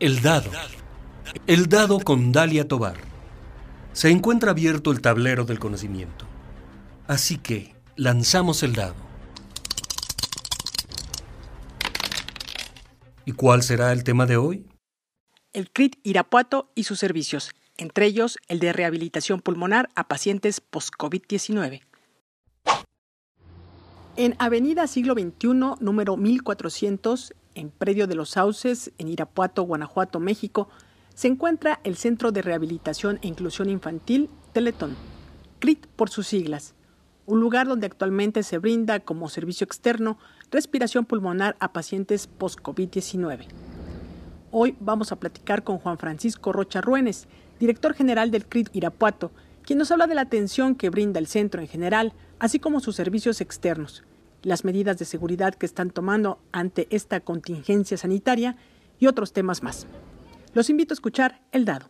El dado. El dado con Dalia Tovar. Se encuentra abierto el tablero del conocimiento. Así que lanzamos el dado. ¿Y cuál será el tema de hoy? El CRIT Irapuato y sus servicios, entre ellos el de rehabilitación pulmonar a pacientes post-COVID-19. En Avenida Siglo XXI, número 1400, en Predio de los Sauces, en Irapuato, Guanajuato, México, se encuentra el Centro de Rehabilitación e Inclusión Infantil Teletón, CRIT por sus siglas, un lugar donde actualmente se brinda como servicio externo respiración pulmonar a pacientes post-COVID-19. Hoy vamos a platicar con Juan Francisco Rocha Ruénez, director general del CRIT Irapuato, quien nos habla de la atención que brinda el centro en general, así como sus servicios externos, las medidas de seguridad que están tomando ante esta contingencia sanitaria y otros temas más. Los invito a escuchar El Dado.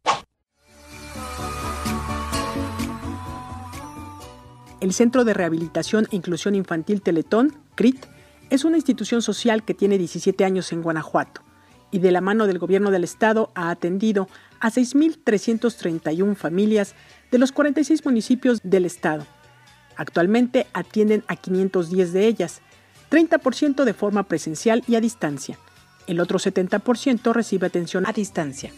El Centro de Rehabilitación e Inclusión Infantil Teletón, CRIT, es una institución social que tiene 17 años en Guanajuato y de la mano del gobierno del estado ha atendido a 6,331 familias de los 46 municipios del estado. Actualmente atienden a 510 de ellas, 30% de forma presencial y a distancia. El otro 70% recibe atención a distancia.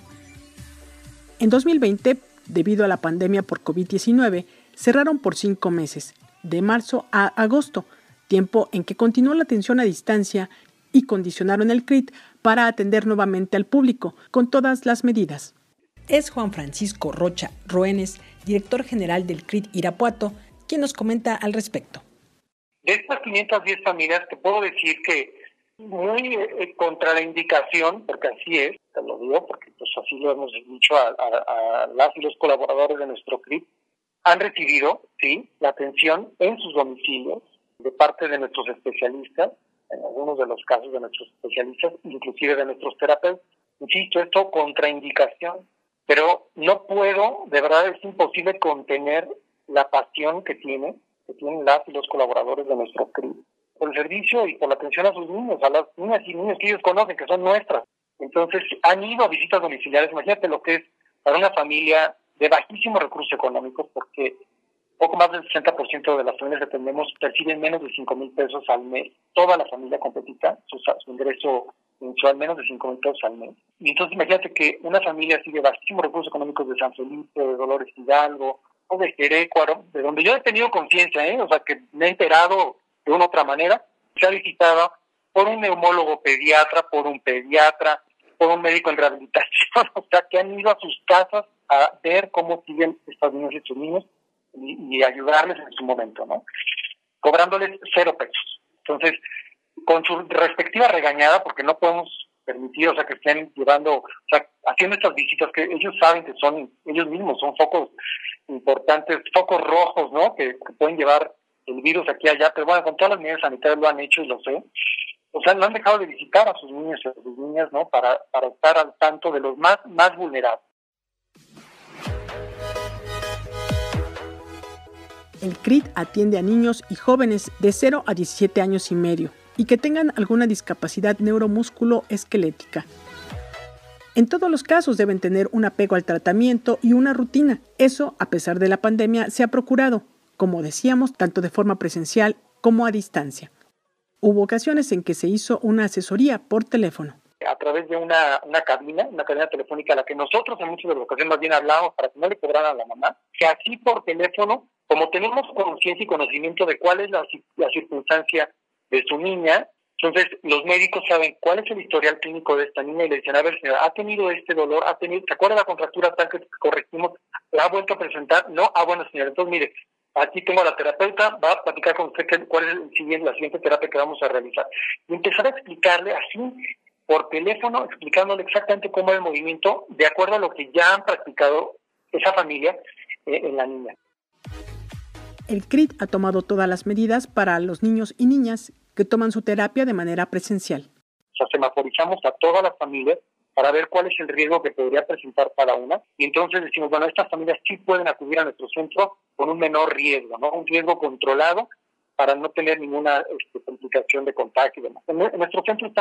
En 2020, debido a la pandemia por COVID-19, cerraron por 5 meses, de marzo a agosto, tiempo en que continuó la atención a distancia y condicionaron el CRIT para atender nuevamente al público, con todas las medidas. Es Juan Francisco Rocha Ruénez, director general del CRIT Irapuato, quien nos comenta al respecto. De estas 510 familias, te puedo decir que muy contra la indicación, porque así es, te lo digo, porque pues así lo hemos dicho a las y los colaboradores de nuestro CRIT, han recibido, sí, la atención en sus domicilios de parte de nuestros especialistas, en algunos de los casos de nuestros especialistas, inclusive de nuestros terapeutas. Insisto, esto contraindicación, pero no puedo, de verdad es imposible contener la pasión que tienen las y los colaboradores de nuestro CRIT por el servicio y por la atención a sus niños, a las niñas y niños que ellos conocen, que son nuestras. Entonces, han ido a visitas domiciliares. Imagínate lo que es para una familia de bajísimos recursos económicos, porque poco más del 60% de las familias que tenemos perciben menos de 5,000 pesos al mes. Toda la familia completita, su ingreso mensual menos de 5,000 pesos al mes. Y entonces imagínate que una familia así de bajísimos recursos económicos de San Felipe, de Dolores Hidalgo, o de Jerecuaro, de donde yo he tenido conciencia, o sea, que me he enterado de una u otra manera, se ha visitado por un neumólogo pediatra, por un pediatra, por un médico en rehabilitación, o sea, que han ido a sus casas a ver cómo siguen estas niñas y estos niños y ayudarles en su momento, ¿no? Cobrándoles 0 pesos. Entonces, con su respectiva regañada, porque no podemos permitir, o sea, que estén llevando, o sea, haciendo estas visitas que ellos saben que son, ellos mismos son focos importantes, focos rojos, ¿no? Que pueden llevar el virus aquí y allá, pero bueno, con todas las medidas sanitarias lo han hecho y lo sé. O sea, no han dejado de visitar a sus niños y a sus niñas, ¿no? Para estar al tanto de los más vulnerables. El CRIT atiende a niños y jóvenes de 0 a 17 años y medio y que tengan alguna discapacidad neuromusculoesquelética. En todos los casos deben tener un apego al tratamiento y una rutina. Eso, a pesar de la pandemia, se ha procurado, como decíamos, tanto de forma presencial como a distancia. Hubo ocasiones en que se hizo una asesoría por teléfono. A través de una cabina telefónica a la que nosotros en muchas de las ocasiones más bien hablábamos para que no le cobraran a la mamá, que así por teléfono, como tenemos conciencia y conocimiento de cuál es la circunstancia de su niña, entonces los médicos saben cuál es el historial clínico de esta niña y le dicen, a ver señora, ¿ha tenido este dolor? ¿Se acuerda la contractura tan que corregimos? ¿La ha vuelto a presentar? No, bueno señora, entonces mire, aquí tengo a la terapeuta, va a platicar con usted cuál es la siguiente terapia que vamos a realizar. Y empezar a explicarle así, por teléfono, explicándole exactamente cómo es el movimiento, de acuerdo a lo que ya han practicado esa familia en la niña. El CRIT ha tomado todas las medidas para los niños y niñas que toman su terapia de manera presencial. O sea, semaforizamos a todas las familias para ver cuál es el riesgo que podría presentar cada una. Y entonces decimos, bueno, estas familias sí pueden acudir a nuestro centro con un menor riesgo, ¿no? Un riesgo controlado para no tener ninguna complicación de contagio y demás. En nuestro centro estamos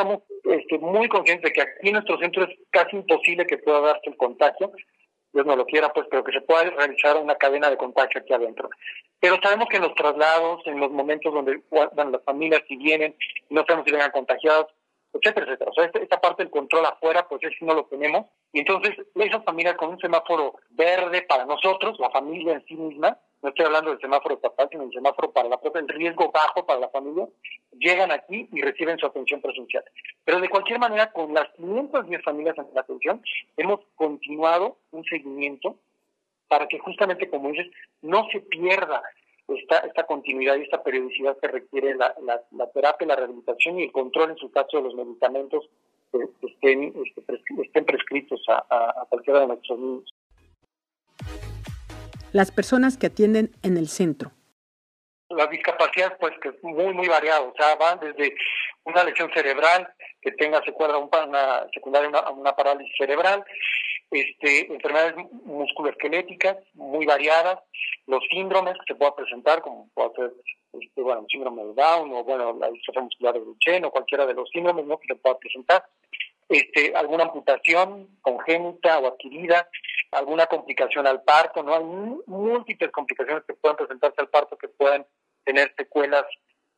muy conscientes de que aquí en nuestro centro es casi imposible que pueda darse el contagio, Dios no lo quiera, pues, pero que se pueda realizar una cadena de contagio aquí adentro. Pero sabemos que en los traslados, en los momentos donde las familias si vienen, no sabemos si vengan contagiados, etcétera, etcétera. O sea, esta parte del control afuera, pues ese no lo tenemos. Y entonces, esas familias con un semáforo verde para nosotros, la familia en sí misma, no estoy hablando del semáforo estatal, sino del semáforo para la propia, el riesgo bajo para la familia, llegan aquí y reciben su atención presencial. Pero de cualquier manera, con las 510 familias en la atención, hemos continuado un seguimiento para que justamente, como dices, no se pierda esta continuidad y esta periodicidad que requiere la terapia, la rehabilitación y el control, en su caso, de los medicamentos que estén prescritos a cualquiera de nuestros niños. Las personas que atienden en el centro. La discapacidad, pues, que es muy, muy variado. O sea, van desde una lesión cerebral, que tenga secuela, una secundaria, una parálisis cerebral, enfermedades musculoesqueléticas muy variadas, los síndromes que se pueda presentar, como puede ser el síndrome de Down o la distrofia muscular de Duchenne o cualquiera de los síndromes, ¿no?, que se pueda presentar. Alguna amputación congénita o adquirida, alguna complicación al parto, ¿no? Hay múltiples complicaciones que puedan presentarse al parto que puedan tener secuelas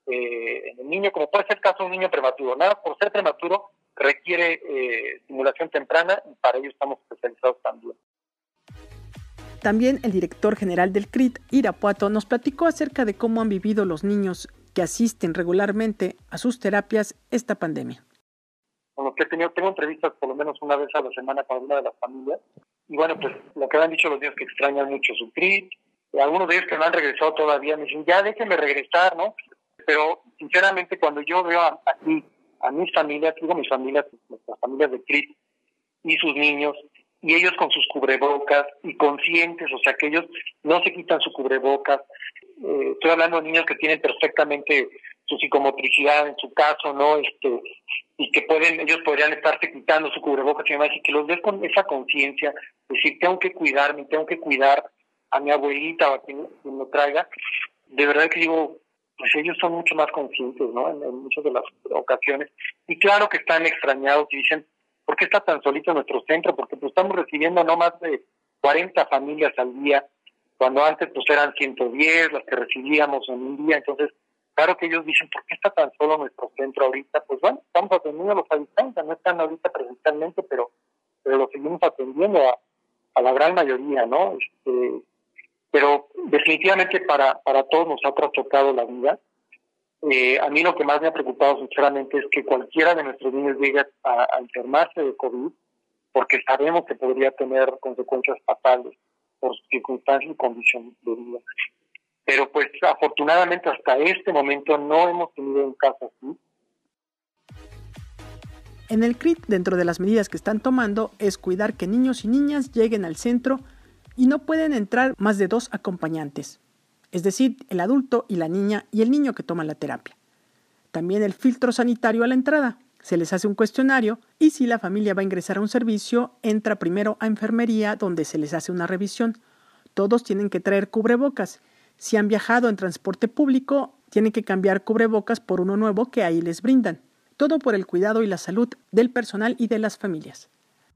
en el niño, como puede ser el caso de un niño prematuro. Nada, por ser prematuro requiere estimulación temprana y para ello estamos especializados también. También el director general del CRIT, Irapuato, nos platicó acerca de cómo han vivido los niños que asisten regularmente a sus terapias esta pandemia. Con los que tengo entrevistas por lo menos una vez a la semana con alguna de las familias. Y bueno, pues lo que me han dicho los niños que extrañan mucho su CRIT. Algunos de ellos que no han regresado todavía me dicen, ya déjenme regresar, ¿no? Pero sinceramente cuando yo veo aquí a mis familias, nuestras familias de CRIT y sus niños, y ellos con sus cubrebocas y conscientes, o sea que ellos no se quitan su cubrebocas. Estoy hablando de niños que tienen perfectamente su psicomotricidad en su caso, ¿no? Y que ellos podrían estarse quitando su cubrebocas y demás, y que los ves con esa conciencia, decir, tengo que cuidarme, tengo que cuidar a mi abuelita o a quien me traiga. De verdad que digo, pues ellos son mucho más conscientes, ¿no? En muchas de las ocasiones. Y claro que están extrañados y dicen, ¿por qué está tan solito nuestro centro? Porque pues estamos recibiendo no más de 40 familias al día, cuando antes pues eran 110 las que recibíamos en un día. Entonces, claro que ellos dicen, ¿por qué está tan solo nuestro centro ahorita? Pues bueno, estamos atendiendo a los habitantes, no están ahorita presencialmente, pero los seguimos atendiendo a la gran mayoría, ¿no? Pero definitivamente para todos nos ha trastocado la vida. A mí lo que más me ha preocupado sinceramente es que cualquiera de nuestros niños llegue a enfermarse de COVID, porque sabemos que podría tener consecuencias fatales por circunstancias y condiciones de vida. Pero pues afortunadamente hasta este momento no hemos tenido un caso así. En el CRIT, dentro de las medidas que están tomando, es cuidar que niños y niñas lleguen al centro y no pueden entrar más de 2 acompañantes, es decir, el adulto y la niña y el niño que toma la terapia. También el filtro sanitario a la entrada. Se les hace un cuestionario y si la familia va a ingresar a un servicio, entra primero a enfermería donde se les hace una revisión. Todos tienen que traer cubrebocas. Si han viajado en transporte público, tienen que cambiar cubrebocas por uno nuevo que ahí les brindan. Todo por el cuidado y la salud del personal y de las familias.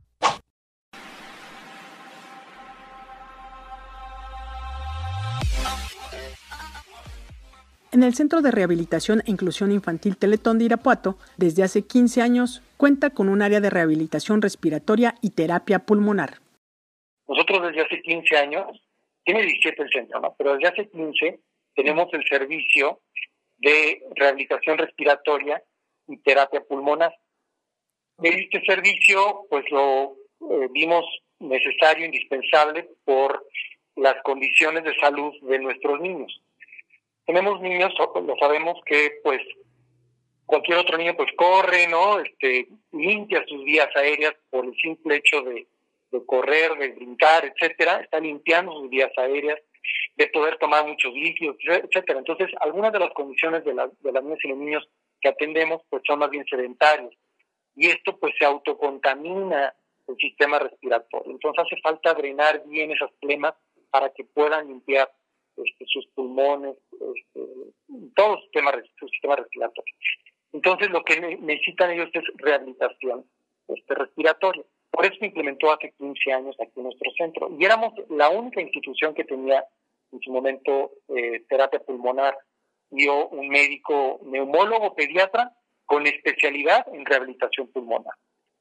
En el Centro de Rehabilitación e Inclusión Infantil Teletón de Irapuato, desde hace 15 años, cuenta con un área de rehabilitación respiratoria y terapia pulmonar. Nosotros desde hace 15 años, tiene 17 el centro, ¿no? Pero desde hace 15 tenemos el servicio de rehabilitación respiratoria y terapia pulmonar. Este servicio, pues lo vimos necesario, indispensable por las condiciones de salud de nuestros niños. Tenemos niños, lo sabemos, que pues cualquier otro niño pues corre, ¿no? Limpia sus vías aéreas por el simple hecho de correr, de brincar, etcétera. Está limpiando sus vías aéreas, de poder tomar muchos líquidos, etcétera. Entonces, algunas de las condiciones de las niñas y los niños que atendemos pues son más bien sedentarios. Y esto pues se autocontamina el sistema respiratorio. Entonces hace falta drenar bien esas flemas para que puedan limpiar sus pulmones, todo su sistema respiratorio. Entonces lo que necesitan ellos es rehabilitación respiratoria. Por eso se implementó hace 15 años aquí en nuestro centro. Y éramos la única institución que tenía en su momento terapia pulmonar. Yo, un médico neumólogo pediatra con especialidad en rehabilitación pulmonar.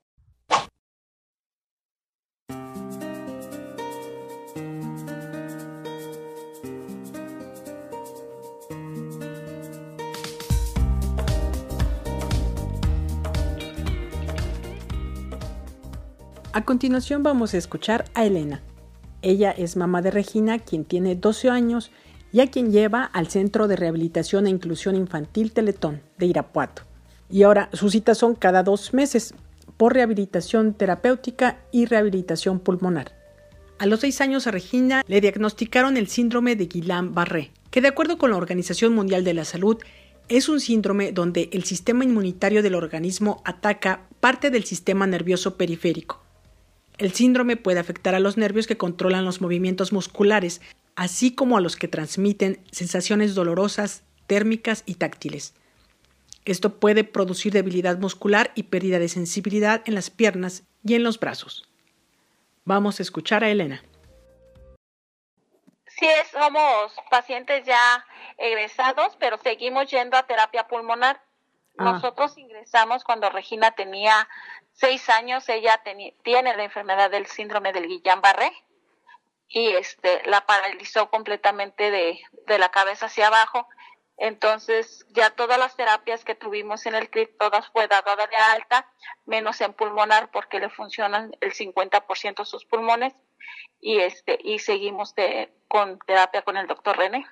A continuación vamos a escuchar a Elena. Ella es mamá de Regina, quien tiene 12 años y a quien lleva al Centro de Rehabilitación e Inclusión Infantil Teletón de Irapuato. Y ahora sus citas son cada 2 meses por rehabilitación terapéutica y rehabilitación pulmonar. A los 6 años a Regina le diagnosticaron el síndrome de Guillain-Barré, que de acuerdo con la Organización Mundial de la Salud es un síndrome donde el sistema inmunitario del organismo ataca parte del sistema nervioso periférico. El síndrome puede afectar a los nervios que controlan los movimientos musculares, así como a los que transmiten sensaciones dolorosas, térmicas y táctiles. Esto puede producir debilidad muscular y pérdida de sensibilidad en las piernas y en los brazos. Vamos a escuchar a Elena. Sí, somos pacientes ya egresados, pero seguimos yendo a terapia pulmonar. Nosotros ingresamos cuando Regina tenía 6 años. Ella tiene la enfermedad del síndrome del Guillain-Barré y la paralizó completamente de la cabeza hacia abajo. Entonces ya todas las terapias que tuvimos en el CRIT, todas fue dada de alta, menos en pulmonar porque le funcionan el 50% sus pulmones y seguimos con terapia con el doctor René.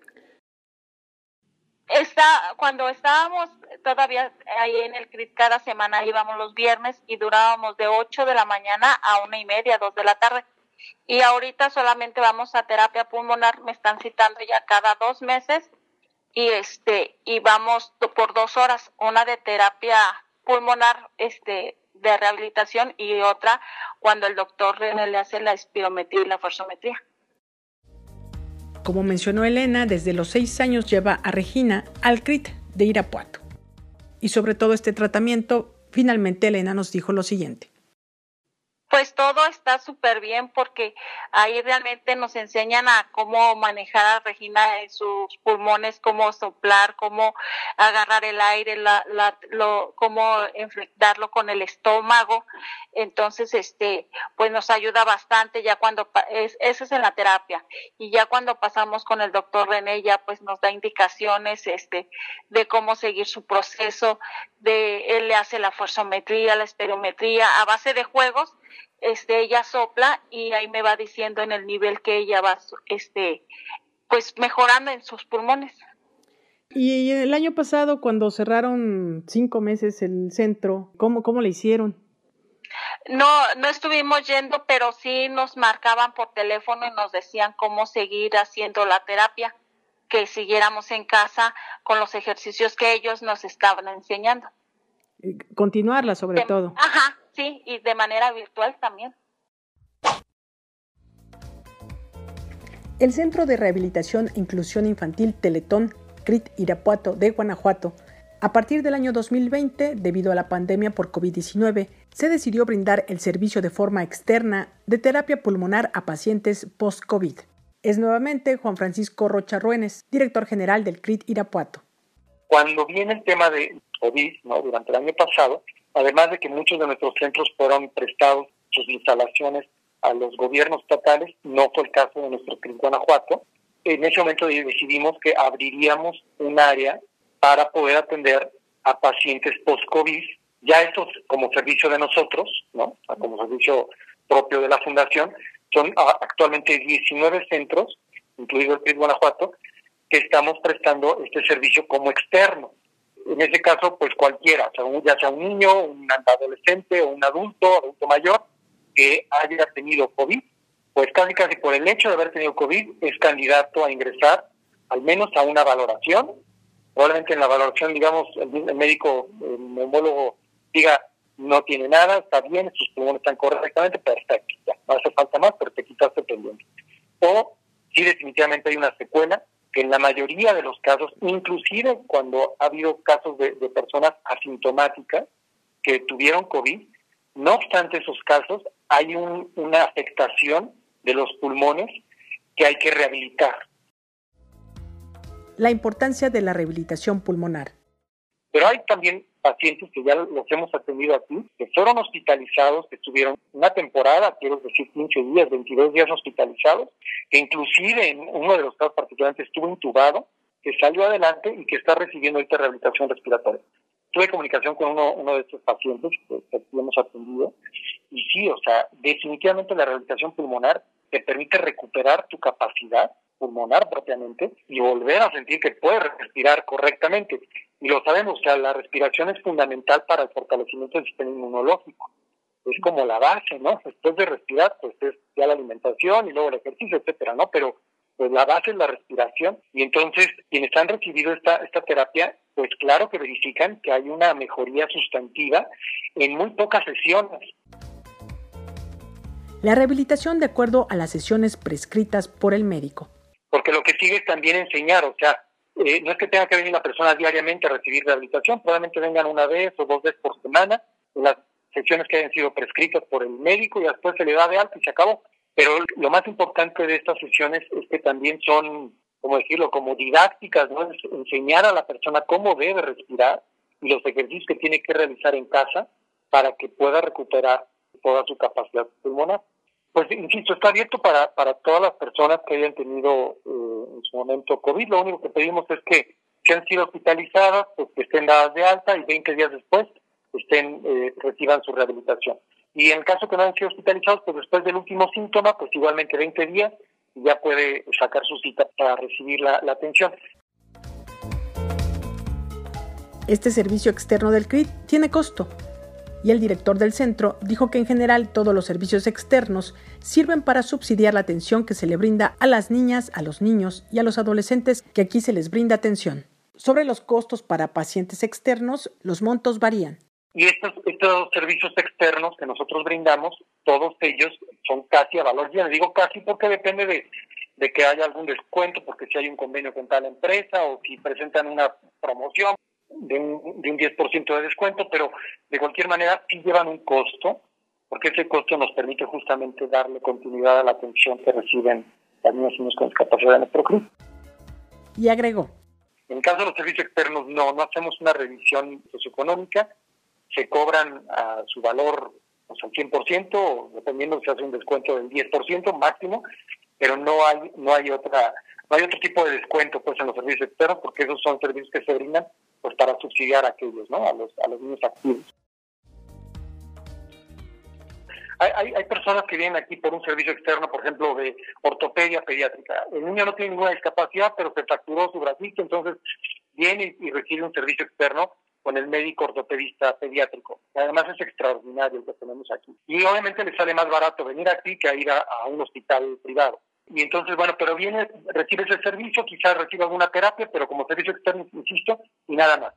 Cuando estábamos todavía ahí en el CRIT, cada semana íbamos los viernes y durábamos de 8 de la mañana a 1:30, 2 de la tarde. Y ahorita solamente vamos a terapia pulmonar, me están citando ya cada 2 meses y vamos por 2 horas, una de terapia pulmonar de rehabilitación y otra cuando el doctor René le hace la espirometría y la forzometría. Como mencionó Elena, desde los 6 años lleva a Regina al CRIT de Irapuato. Y sobre todo este tratamiento, finalmente Elena nos dijo lo siguiente. Pues todo está súper bien porque ahí realmente nos enseñan a cómo manejar a Regina en sus pulmones, cómo soplar, cómo agarrar el aire, cómo darlo con el estómago. Entonces, pues nos ayuda bastante ya cuando, eso es en la terapia. Y ya cuando pasamos con el doctor René, ya pues nos da indicaciones, de cómo seguir su proceso, él le hace la forzometría, la espirometría, a base de juegos. Ella sopla y ahí me va diciendo en el nivel que ella va, pues mejorando en sus pulmones. Y el año pasado, cuando cerraron 5 meses el centro, ¿cómo le hicieron? No estuvimos yendo, pero sí nos marcaban por teléfono y nos decían cómo seguir haciendo la terapia, que siguiéramos en casa con los ejercicios que ellos nos estaban enseñando. Continuarla sobre todo. Ajá. Sí, y de manera virtual también. El Centro de Rehabilitación e Inclusión Infantil Teletón, CRIT Irapuato de Guanajuato, a partir del año 2020, debido a la pandemia por COVID-19, se decidió brindar el servicio de forma externa de terapia pulmonar a pacientes post-COVID. Es nuevamente Juan Francisco Rocha Ruénes, director general del CRIT Irapuato. Cuando viene el tema de COVID, durante el año pasado, además de que muchos de nuestros centros fueron prestados sus instalaciones a los gobiernos estatales, no fue el caso de nuestro CRIT Guanajuato. En ese momento decidimos que abriríamos un área para poder atender a pacientes post-COVID, ya estos como servicio de nosotros, como servicio propio de la Fundación. Son actualmente 19 centros, incluido el CRIT Guanajuato, que estamos prestando este servicio como externo. En ese caso, pues cualquiera, ya sea un niño, un adolescente o un adulto mayor que haya tenido COVID, pues casi por el hecho de haber tenido COVID es candidato a ingresar al menos a una valoración. Probablemente en la valoración, digamos, el médico, el neumólogo diga, no tiene nada, está bien, sus pulmones están correctamente, perfecto, ya, no hace falta más, pero te quitaste pendiente. O si definitivamente hay una secuela que en la mayoría de los casos, inclusive cuando ha habido casos de personas asintomáticas que tuvieron COVID, no obstante esos casos, hay una afectación de los pulmones que hay que rehabilitar. La importancia de la rehabilitación pulmonar. Pero hay también pacientes que ya los hemos atendido aquí, que fueron hospitalizados, que estuvieron una temporada, quiero decir 15 días, 22 días hospitalizados, que inclusive en uno de los casos particulares estuvo intubado, que salió adelante y que está recibiendo esta rehabilitación respiratoria. Tuve comunicación con uno de estos pacientes que hemos atendido, y sí, o sea, definitivamente la rehabilitación pulmonar te permite recuperar tu capacidad pulmonar propiamente y volver a sentir que puedes respirar correctamente. Y lo sabemos, o sea, la respiración es fundamental para el fortalecimiento del sistema inmunológico. Es como la base, ¿no? Después de respirar, pues es ya la alimentación y luego el ejercicio, etcétera, ¿no? Pero pues la base es la respiración. Y entonces, quienes han recibido esta terapia, pues claro que verifican que hay una mejoría sustantiva en muy pocas sesiones. La rehabilitación de acuerdo a las sesiones prescritas por el médico. Porque lo que sigue es también enseñar, o sea, no es que tenga que venir la persona diariamente a recibir rehabilitación, probablemente vengan una vez o 2 veces por semana, en las sesiones que hayan sido prescritas por el médico y después se le da de alta y se acabó. Pero lo más importante de estas sesiones es que también son, ¿cómo decirlo?, como didácticas, ¿no? Es enseñar a la persona cómo debe respirar y los ejercicios que tiene que realizar en casa para que pueda recuperar toda su capacidad pulmonar. Pues insisto, está abierto para todas las personas que hayan tenido en su momento COVID. Lo único que pedimos es que si han sido hospitalizadas, pues que estén dadas de alta y 20 días después reciban su rehabilitación. Y en el caso que no hayan sido hospitalizados, pues después del último síntoma, pues igualmente 20 días y ya puede sacar su cita para recibir la atención. Este servicio externo del CRIT tiene costo. Y el director del centro dijo que en general todos los servicios externos sirven para subsidiar la atención que se le brinda a las niñas, a los niños y a los adolescentes que aquí se les brinda atención. Sobre los costos para pacientes externos, los montos varían. Y estos servicios externos que nosotros brindamos, todos ellos son casi a valor lleno. Digo casi porque depende de que haya algún descuento, porque si hay un convenio con tal empresa o si presentan una promoción de un 10% de descuento, pero de cualquier manera sí llevan un costo, porque ese costo nos permite justamente darle continuidad a la atención que reciben las niñas y niños con discapacidad de nuestro CRIT. Y agregó: en caso de los servicios externos no hacemos una revisión socioeconómica, se cobran a su valor, pues al 100%, o dependiendo si hace un descuento del 10% máximo, pero no hay otro tipo de descuento pues en los servicios externos, porque esos son servicios que se brindan pues para subsidiar a aquellos, ¿no? A los niños activos. Hay personas que vienen aquí por un servicio externo, por ejemplo, de ortopedia pediátrica. El niño no tiene ninguna discapacidad, pero se fracturó su bracito, entonces viene y recibe un servicio externo con el médico ortopedista pediátrico. Además es extraordinario el que tenemos aquí. Y obviamente le sale más barato venir aquí que a ir a un hospital privado. Y entonces, bueno, pero viene, recibe ese servicio, quizás reciba alguna terapia, pero como servicio externo, insisto, y nada más.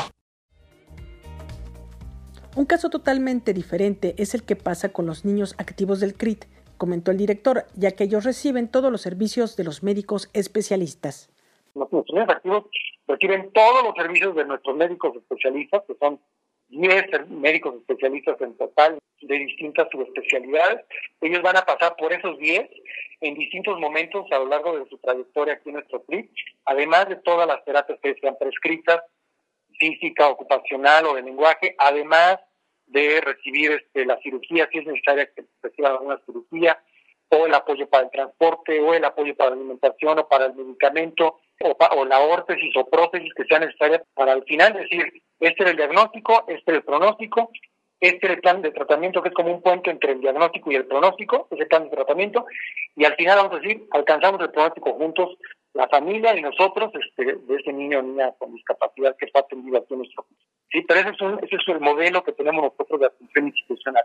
Un caso totalmente diferente es el que pasa con los niños activos del CRIT, comentó el director, ya que ellos reciben todos los servicios de los médicos especialistas. Nuestros niños activos reciben todos los servicios de nuestros médicos especialistas, que son 10 médicos especialistas en total de distintas subespecialidades. Ellos van a pasar por esos 10 en distintos momentos a lo largo de su trayectoria aquí en nuestro CRIT, además de todas las terapias que sean prescritas, física, ocupacional o de lenguaje, además de recibir la cirugía, si es necesaria que reciban alguna cirugía, o el apoyo para el transporte, o el apoyo para la alimentación, o para el medicamento, o la órtesis o prótesis que sea necesaria para al final decir, este es el diagnóstico, este es el pronóstico, este es el plan de tratamiento, que es como un puente entre el diagnóstico y el pronóstico, ese plan de tratamiento, y al final vamos a decir, alcanzamos el pronóstico juntos, la familia y nosotros, de ese niño o niña con discapacidad que está atendido aquí en nuestro país. Sí, pero ese es el modelo que tenemos nosotros de atención institucional.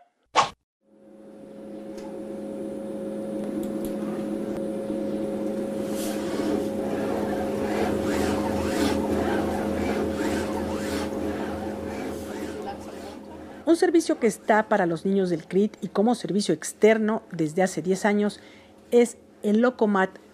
Un servicio que está para los niños del CRIT y como servicio externo desde hace 10 años es el Locomat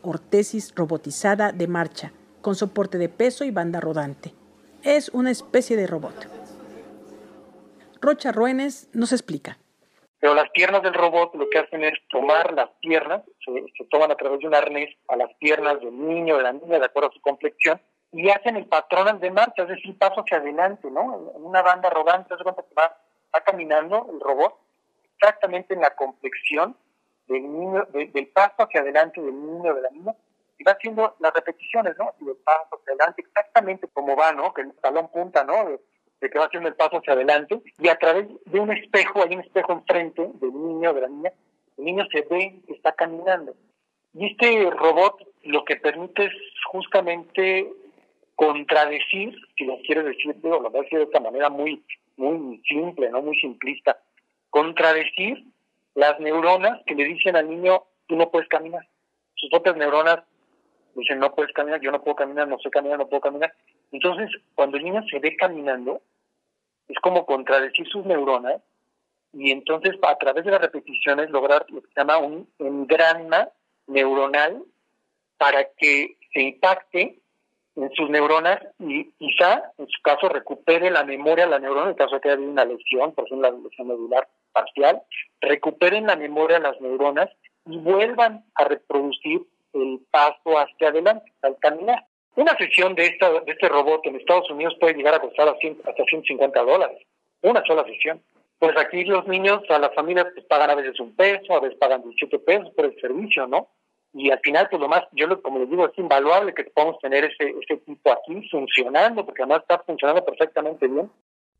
ortesis robotizada de marcha, con soporte de peso y banda rodante. Es una especie de robot. Rocha Ruénes nos explica. Pero las piernas del robot lo que hacen es tomar las piernas, se toman a través de un arnés a las piernas del niño, de la niña, de acuerdo a su complexión, y hacen el patrón de marcha, es decir, paso hacia adelante, ¿no? En una banda rodante, se cuenta que va caminando el robot exactamente en la complexión del niño, del paso hacia adelante del niño, de la niña, y va haciendo las repeticiones, ¿no? Y el paso hacia adelante, exactamente como va, ¿no? Que el talón punta, ¿no? De que va haciendo el paso hacia adelante, y a través de un espejo, hay un espejo enfrente del niño, de la niña, el niño se ve que está caminando. Y este robot lo que permite es justamente contradecir, si lo quieres decir, lo voy a decir de esta manera muy simple, no muy simplista, contradecir las neuronas que le dicen al niño, tú no puedes caminar. Sus otras neuronas dicen, no puedes caminar, yo no puedo caminar, no sé caminar, no puedo caminar. Entonces, cuando el niño se ve caminando, es como contradecir sus neuronas, y entonces a través de las repeticiones lograr lo que se llama un engrama neuronal para que se impacte en sus neuronas y quizá, en su caso, recupere la memoria de la neurona, en el caso de que haya habido una lesión, por ejemplo, la lesión medular parcial, recuperen la memoria de las neuronas y vuelvan a reproducir el paso hacia adelante, al caminar. Una sesión de este robot en Estados Unidos puede llegar a costar hasta $150, una sola sesión. Pues aquí los niños, a las familias, pues pagan a veces $1, a veces pagan $17 por el servicio, ¿no? Y al final, pues lo más, como les digo, es invaluable que podamos tener ese equipo aquí funcionando, porque además está funcionando perfectamente bien.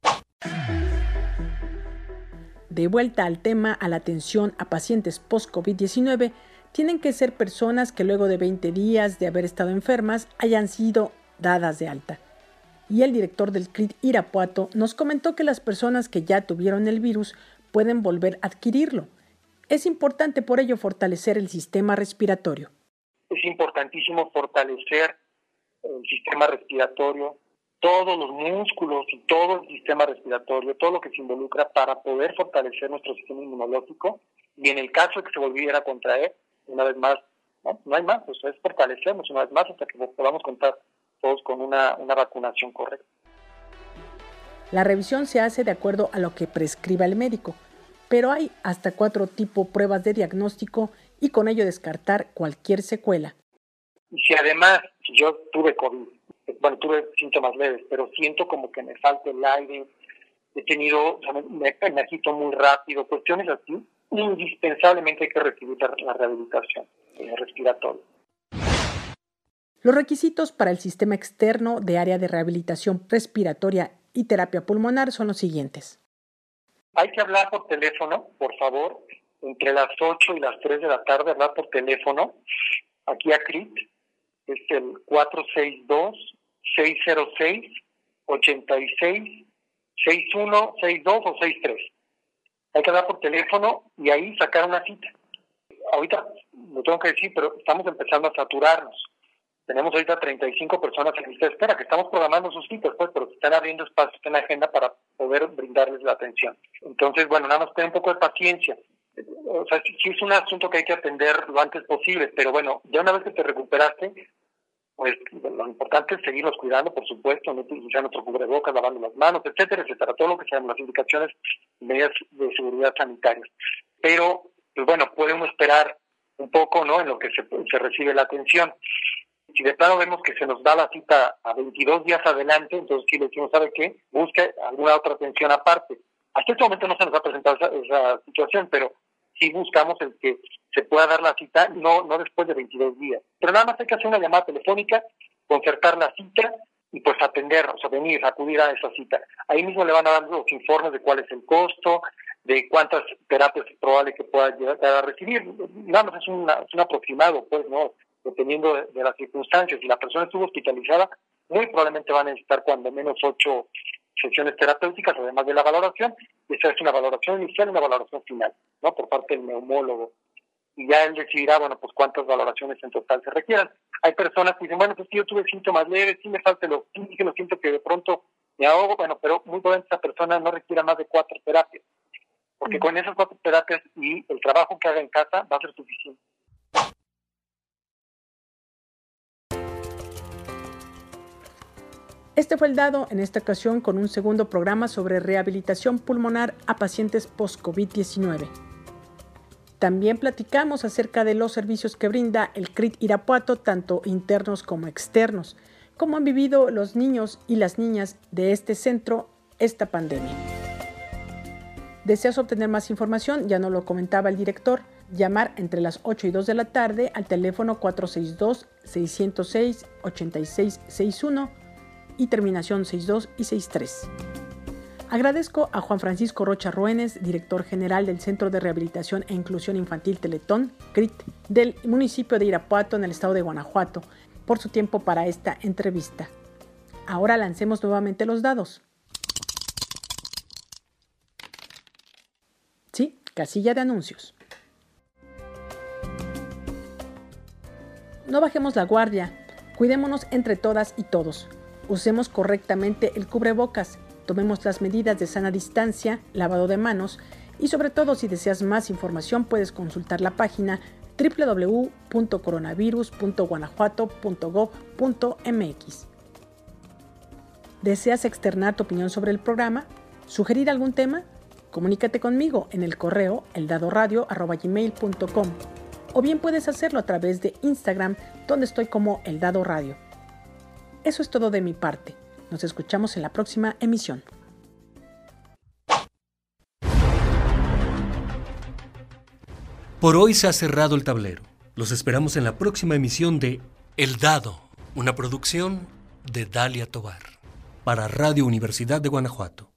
De vuelta al tema, a la atención a pacientes post-COVID-19, tienen que ser personas que luego de 20 días de haber estado enfermas hayan sido dadas de alta. Y el director del CRIT Irapuato nos comentó que las personas que ya tuvieron el virus pueden volver a adquirirlo. Es importante por ello fortalecer el sistema respiratorio. Es importantísimo fortalecer el sistema respiratorio, todos los músculos y todo el sistema respiratorio, todo lo que se involucra para poder fortalecer nuestro sistema inmunológico, y en el caso de que se volviera a contraer, una vez más, no hay más, pues es fortalecernos una vez más hasta que podamos contar todos con una vacunación correcta. La revisión se hace de acuerdo a lo que prescriba el médico, pero hay hasta 4 tipos de pruebas de diagnóstico y con ello descartar cualquier secuela. Y si además yo tuve COVID, tuve síntomas leves, pero siento como que me falta el aire, me agito muy rápido, cuestiones así, indispensablemente hay que recibir la rehabilitación respiratoria. Los requisitos para el sistema externo de área de rehabilitación respiratoria y terapia pulmonar son los siguientes. Hay que hablar por teléfono, por favor, entre las 8 y las 3 de la tarde, hablar por teléfono, aquí a CRIT, es el 462-606-86-6162 o 63. Hay que hablar por teléfono y ahí sacar una cita. Ahorita, lo tengo que decir, pero estamos empezando a saturarnos. Tenemos ahorita 35 personas en lista de espera, que estamos programando sus citas, pues, pero están abriendo espacios en la agenda para poder brindarles la atención. Entonces, nada más tener un poco de paciencia. O sea, sí es un asunto que hay que atender lo antes posible, pero ya una vez que te recuperaste, pues lo importante es seguirnos cuidando, por supuesto, no utilizar nuestro cubrebocas, lavando las manos, etcétera, etcétera, todo lo que sean las indicaciones y medidas de seguridad sanitarias. Pero, podemos esperar un poco, ¿no?, en lo que se recibe la atención. Si de plano vemos que se nos da la cita a 22 días adelante, entonces sí le decimos, ¿sabe qué? Busque alguna otra atención aparte. Hasta este momento no se nos ha presentado esa situación, pero sí buscamos el que se pueda dar la cita, no después de 22 días. Pero nada más hay que hacer una llamada telefónica, concertar la cita y pues atender, o sea, acudir a esa cita. Ahí mismo le van a dar los informes de cuál es el costo, de cuántas terapias es probable que pueda llegar a recibir. Nada más es un aproximado, pues, ¿no? Dependiendo de las circunstancias. Si la persona estuvo hospitalizada, muy probablemente va a necesitar cuando menos 8 sesiones terapéuticas, además de la valoración. Esa es una valoración inicial y una valoración final, ¿no?, por parte del neumólogo. Y ya él decidirá, pues cuántas valoraciones en total se requieran. Hay personas que dicen, pues yo tuve síntomas leves, sí me falta el oxígeno, siento que de pronto me ahogo, pero muy probablemente esa persona no requiera más de 4 terapias. Porque con esas 4 terapias y el trabajo que haga en casa va a ser suficiente. Este fue El Dado, en esta ocasión con un segundo programa sobre rehabilitación pulmonar a pacientes post-COVID-19. También platicamos acerca de los servicios que brinda el CRIT Irapuato, tanto internos como externos, cómo han vivido los niños y las niñas de este centro esta pandemia. ¿Deseas obtener más información? Ya nos lo comentaba el director. Llamar entre las 8 y 2 de la tarde al teléfono 462-606-8661 y terminación 62 y 63. Agradezco a Juan Francisco Rocha Ruénes, director general del Centro de Rehabilitación e Inclusión Infantil Teletón, CRIT, del municipio de Irapuato en el estado de Guanajuato, por su tiempo para esta entrevista. Ahora lancemos nuevamente los dados. Sí, casilla de anuncios. No bajemos la guardia, cuidémonos entre todas y todos. Usemos correctamente el cubrebocas, tomemos las medidas de sana distancia, lavado de manos y sobre todo si deseas más información puedes consultar la página www.coronavirus.guanajuato.gov.mx. ¿Deseas externar tu opinión sobre el programa? ¿Sugerir algún tema? Comunícate conmigo en el correo eldadoradio@gmail.com o bien puedes hacerlo a través de Instagram, donde estoy como El Dado Radio. Eso es todo de mi parte. Nos escuchamos en la próxima emisión. Por hoy se ha cerrado el tablero. Los esperamos en la próxima emisión de El Dado, una producción de Dalia Tovar, para Radio Universidad de Guanajuato.